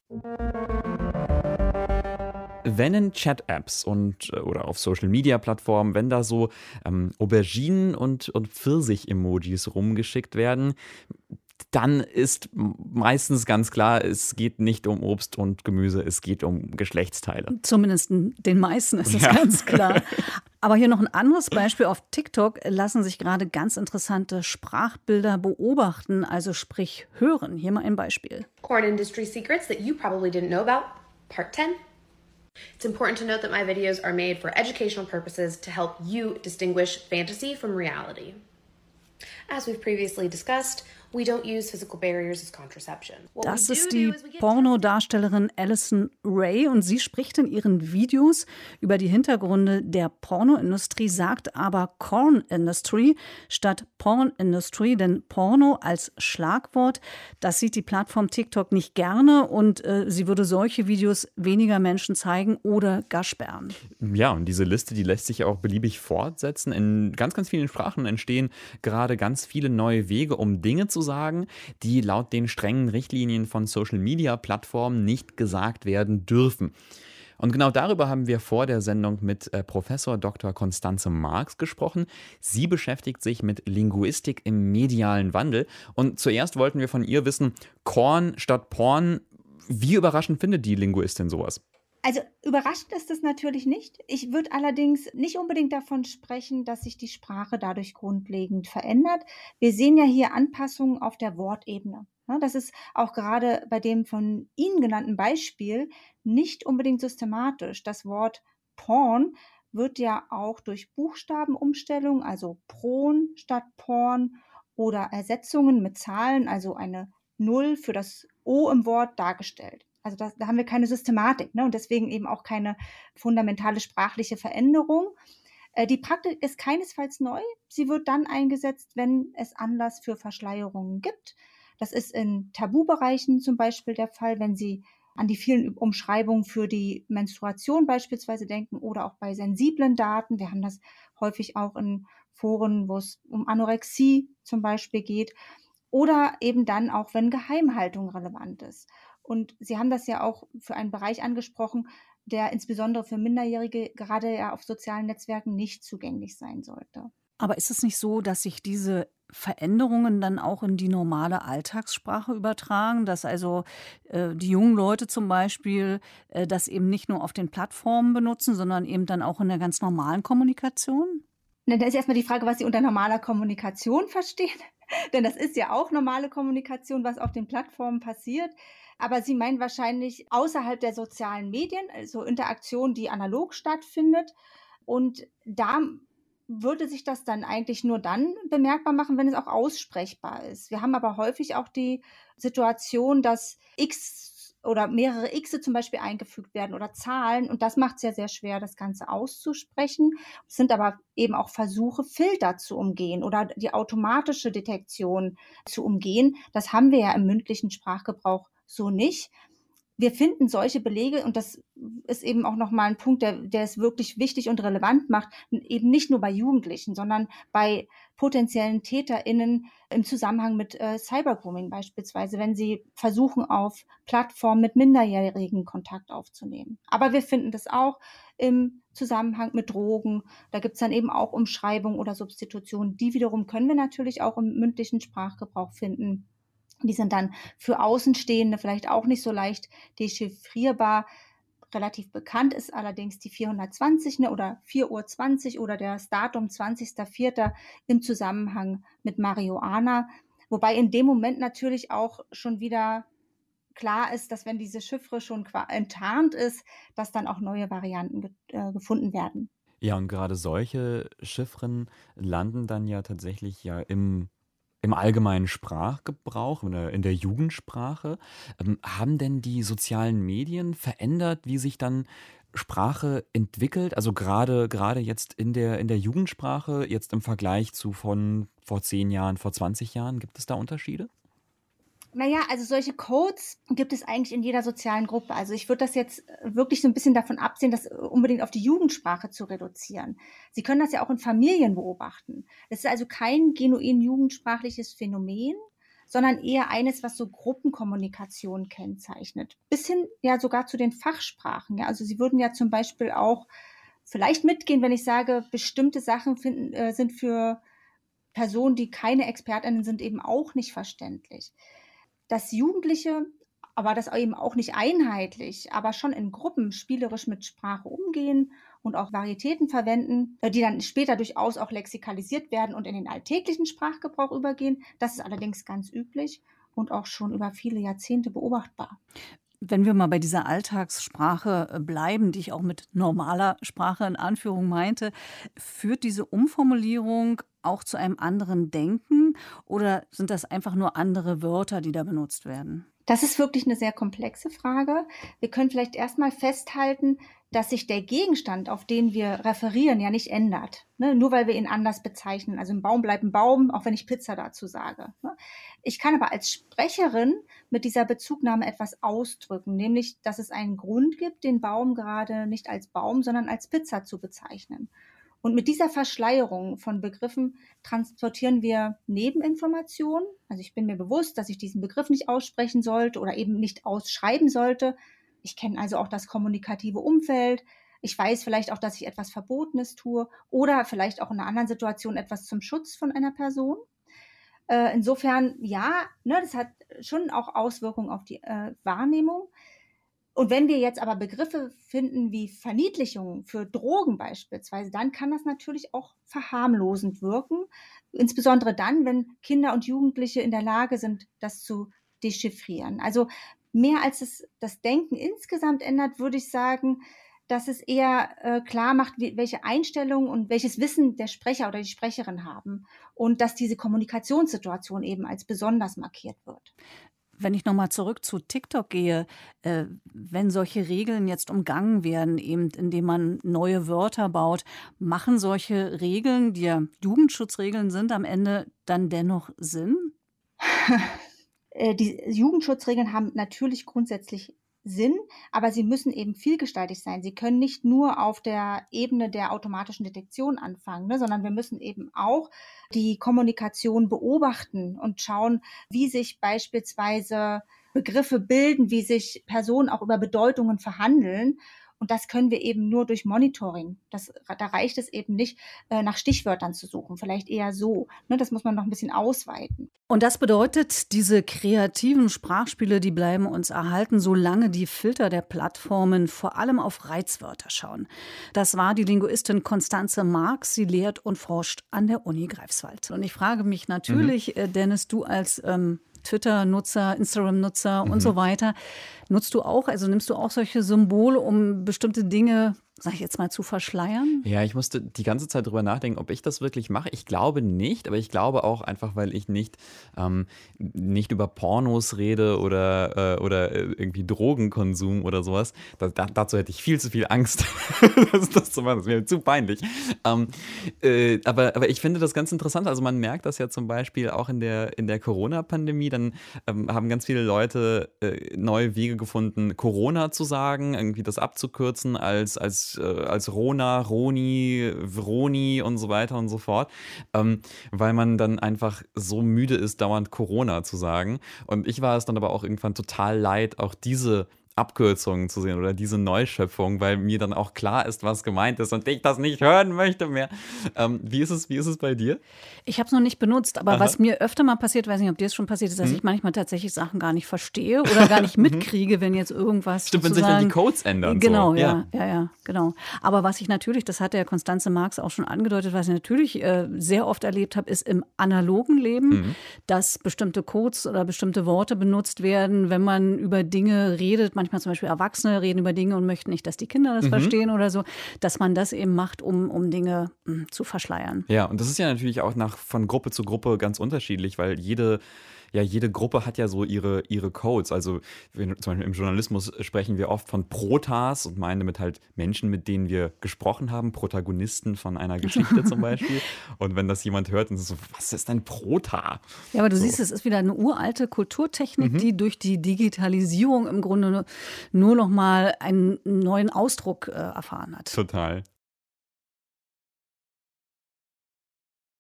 Wenn in Chat-Apps oder auf Social-Media-Plattformen, wenn da so Auberginen und Pfirsich-Emojis rumgeschickt werden, dann ist meistens ganz klar, es geht nicht um Obst und Gemüse, es geht um Geschlechtsteile. Zumindest den meisten ist das Ja. ganz klar. Aber hier noch ein anderes Beispiel. Auf TikTok lassen sich gerade ganz interessante Sprachbilder beobachten, also sprich hören. Hier mal ein Beispiel. Corn industry secrets that you probably didn't know about, part 10. It's important to note that my videos are made for educational purposes to help you distinguish fantasy from reality. As we've previously discussed, we don't use physical barriers as contraception. Das ist die Pornodarstellerin Alison Ray und sie spricht in ihren Videos über die Hintergründe der Pornoindustrie, sagt aber Corn Industry statt Porn Industry, denn Porno als Schlagwort, das sieht die Plattform TikTok nicht gerne und sie würde solche Videos weniger Menschen zeigen oder gar sperren. Ja, und diese Liste, die lässt sich auch beliebig fortsetzen. In ganz, ganz vielen Sprachen entstehen gerade ganz viele neue Wege, um Dinge zu sagen, die laut den strengen Richtlinien von Social-Media-Plattformen nicht gesagt werden dürfen. Und genau darüber haben wir vor der Sendung mit Professor Dr. Constanze Marx gesprochen. Sie beschäftigt sich mit Linguistik im medialen Wandel. Und zuerst wollten wir von ihr wissen, Korn statt Porn. Wie überraschend findet die Linguistin sowas? Also überraschend ist es natürlich nicht. Ich würde allerdings nicht unbedingt davon sprechen, dass sich die Sprache dadurch grundlegend verändert. Wir sehen ja hier Anpassungen auf der Wortebene. Ja, das ist auch gerade bei dem von Ihnen genannten Beispiel nicht unbedingt systematisch. Das Wort Porn wird ja auch durch Buchstabenumstellung, also Pron statt Porn oder Ersetzungen mit Zahlen, also eine Null für das O im Wort dargestellt. Also da haben wir keine Systematik, ne? Und deswegen eben auch keine fundamentale sprachliche Veränderung. Die Praktik ist keinesfalls neu. Sie wird dann eingesetzt, wenn es Anlass für Verschleierungen gibt. Das ist in Tabubereichen zum Beispiel der Fall, wenn Sie an die vielen Umschreibungen für die Menstruation beispielsweise denken oder auch bei sensiblen Daten. Wir haben das häufig auch in Foren, wo es um Anorexie zum Beispiel geht. Oder eben dann auch, wenn Geheimhaltung relevant ist. Und Sie haben das ja auch für einen Bereich angesprochen, der insbesondere für Minderjährige gerade ja auf sozialen Netzwerken nicht zugänglich sein sollte. Aber ist es nicht so, dass sich diese Veränderungen dann auch in die normale Alltagssprache übertragen, dass also die jungen Leute zum Beispiel das eben nicht nur auf den Plattformen benutzen, sondern eben dann auch in der ganz normalen Kommunikation? Da ist erstmal die Frage, was Sie unter normaler Kommunikation verstehen. Denn das ist ja auch normale Kommunikation, was auf den Plattformen passiert. Aber Sie meinen wahrscheinlich außerhalb der sozialen Medien, also Interaktion, die analog stattfindet. Und da würde sich das dann eigentlich nur dann bemerkbar machen, wenn es auch aussprechbar ist. Wir haben aber häufig auch die Situation, dass X oder mehrere Xe zum Beispiel eingefügt werden oder Zahlen. Und das macht es ja sehr schwer, das Ganze auszusprechen. Es sind aber eben auch Versuche, Filter zu umgehen oder die automatische Detektion zu umgehen. Das haben wir ja im mündlichen Sprachgebrauch so nicht. Wir finden solche Belege, und das ist eben auch nochmal ein Punkt, der es wirklich wichtig und relevant macht, eben nicht nur bei Jugendlichen, sondern bei potenziellen TäterInnen im Zusammenhang mit Cybergrooming beispielsweise, wenn sie versuchen, auf Plattformen mit Minderjährigen Kontakt aufzunehmen. Aber wir finden das auch im Zusammenhang mit Drogen. Da gibt es dann eben auch Umschreibungen oder Substitutionen. Die wiederum können wir natürlich auch im mündlichen Sprachgebrauch finden. Die sind dann für Außenstehende vielleicht auch nicht so leicht dechiffrierbar. Relativ bekannt ist allerdings die 420 oder 4:20 Uhr oder das Datum 20.04. im Zusammenhang mit Marihuana. Wobei in dem Moment natürlich auch schon wieder klar ist, dass wenn diese Chiffre schon enttarnt ist, dass dann auch neue Varianten gefunden werden. Ja, und gerade solche Chiffren landen dann ja tatsächlich ja im allgemeinen Sprachgebrauch oder in der Jugendsprache. Haben denn die sozialen Medien verändert, wie sich dann Sprache entwickelt? Also gerade jetzt in der Jugendsprache, jetzt im Vergleich zu von vor 10 Jahren, vor 20 Jahren, gibt es da Unterschiede? Naja, also solche Codes gibt es eigentlich in jeder sozialen Gruppe. Also ich würde das jetzt wirklich so ein bisschen davon absehen, das unbedingt auf die Jugendsprache zu reduzieren. Sie können das ja auch in Familien beobachten. Es ist also kein genuin jugendsprachliches Phänomen, sondern eher eines, was so Gruppenkommunikation kennzeichnet. Bis hin ja sogar zu den Fachsprachen. Ja. Also Sie würden ja zum Beispiel auch vielleicht mitgehen, wenn ich sage, bestimmte Sachen sind für Personen, die keine ExpertInnen sind, eben auch nicht verständlich. Dass Jugendliche, aber das eben auch nicht einheitlich, aber schon in Gruppen spielerisch mit Sprache umgehen und auch Varietäten verwenden, die dann später durchaus auch lexikalisiert werden und in den alltäglichen Sprachgebrauch übergehen. Das ist allerdings ganz üblich und auch schon über viele Jahrzehnte beobachtbar. Wenn wir mal bei dieser Alltagssprache bleiben, die ich auch mit normaler Sprache in Anführung meinte, führt diese Umformulierung auch zu einem anderen Denken oder sind das einfach nur andere Wörter, die da benutzt werden? Das ist wirklich eine sehr komplexe Frage. Wir können vielleicht erstmal festhalten, dass sich der Gegenstand, auf den wir referieren, ja nicht ändert. Ne? Nur weil wir ihn anders bezeichnen. Also ein Baum bleibt ein Baum, auch wenn ich Pizza dazu sage. Ne? Ich kann aber als Sprecherin mit dieser Bezugnahme etwas ausdrücken, nämlich, dass es einen Grund gibt, den Baum gerade nicht als Baum, sondern als Pizza zu bezeichnen. Und mit dieser Verschleierung von Begriffen transportieren wir Nebeninformationen. Also ich bin mir bewusst, dass ich diesen Begriff nicht aussprechen sollte oder eben nicht ausschreiben sollte. Ich kenne also auch das kommunikative Umfeld. Ich weiß vielleicht auch, dass ich etwas Verbotenes tue oder vielleicht auch in einer anderen Situation etwas zum Schutz von einer Person. Insofern, ja, ne, das hat schon auch Auswirkungen auf die Wahrnehmung. Und wenn wir jetzt aber Begriffe finden wie Verniedlichung für Drogen beispielsweise, dann kann das natürlich auch verharmlosend wirken. Insbesondere dann, wenn Kinder und Jugendliche in der Lage sind, das zu dechiffrieren. Also mehr als es das Denken insgesamt ändert, würde ich sagen, dass es eher klar macht, welche Einstellungen und welches Wissen der Sprecher oder die Sprecherin haben und dass diese Kommunikationssituation eben als besonders markiert wird. Wenn ich nochmal zurück zu TikTok gehe, wenn solche Regeln jetzt umgangen werden, eben indem man neue Wörter baut, machen solche Regeln, die ja Jugendschutzregeln sind, am Ende dann dennoch Sinn? Die Jugendschutzregeln haben natürlich grundsätzlich Sinn, aber sie müssen eben vielgestaltig sein. Sie können nicht nur auf der Ebene der automatischen Detektion anfangen, ne, sondern wir müssen eben auch die Kommunikation beobachten und schauen, wie sich beispielsweise Begriffe bilden, wie sich Personen auch über Bedeutungen verhandeln. Und das können wir eben nur durch Monitoring. Da reicht es eben nicht, nach Stichwörtern zu suchen, vielleicht eher so. Ne, das muss man noch ein bisschen ausweiten. Und das bedeutet, diese kreativen Sprachspiele, die bleiben uns erhalten, solange die Filter der Plattformen vor allem auf Reizwörter schauen. Das war die Linguistin Constanze Marx. Sie lehrt und forscht an der Uni Greifswald. Und ich frage mich natürlich, Dennis, du als Twitter-Nutzer, Instagram-Nutzer und so weiter, nimmst du auch solche Symbole, um bestimmte Dinge, sag ich jetzt mal, zu verschleiern? Ja, ich musste die ganze Zeit drüber nachdenken, ob ich das wirklich mache. Ich glaube nicht, aber ich glaube auch einfach, weil ich nicht über Pornos rede oder irgendwie Drogenkonsum oder sowas. Dazu hätte ich viel zu viel Angst, das zu machen. Das wäre zu peinlich. Aber ich finde das ganz interessant. Also man merkt das ja zum Beispiel auch in der Corona-Pandemie. Dann haben ganz viele Leute neue Wege gefunden, Corona zu sagen, irgendwie das abzukürzen als Rona, Roni, Vroni und so weiter und so fort, weil man dann einfach so müde ist, dauernd Corona zu sagen. Und ich war es dann aber auch irgendwann total leid, auch diese Abkürzungen zu sehen oder diese Neuschöpfung, weil mir dann auch klar ist, was gemeint ist und ich das nicht hören möchte mehr. Wie ist es bei dir? Ich habe es noch nicht benutzt, aber was mir öfter mal passiert, weiß nicht, ob dir das schon passiert ist, dass ich manchmal tatsächlich Sachen gar nicht verstehe oder gar nicht mitkriege, wenn jetzt irgendwas Stimmt, wenn sich dann die Codes ändern. Genau, so. ja, genau. Aber was ich natürlich, das hat der Constanze Marx auch schon angedeutet, was ich natürlich sehr oft erlebt habe, ist im analogen Leben, dass bestimmte Codes oder bestimmte Worte benutzt werden, wenn man über Dinge redet. Manchmal zum Beispiel Erwachsene reden über Dinge und möchten nicht, dass die Kinder das verstehen oder so, dass man das eben macht, um Dinge zu verschleiern. Ja, und das ist ja natürlich auch von Gruppe zu Gruppe ganz unterschiedlich, weil jede Gruppe hat ja so ihre Codes. Also zum Beispiel im Journalismus sprechen wir oft von Protas und meinen damit halt Menschen, mit denen wir gesprochen haben, Protagonisten von einer Geschichte zum Beispiel. Und wenn das jemand hört, dann ist es so, was ist ein Prota? Ja, aber du siehst, es ist wieder eine uralte Kulturtechnik, die durch die Digitalisierung im Grunde nur noch mal einen neuen Ausdruck erfahren hat. Total.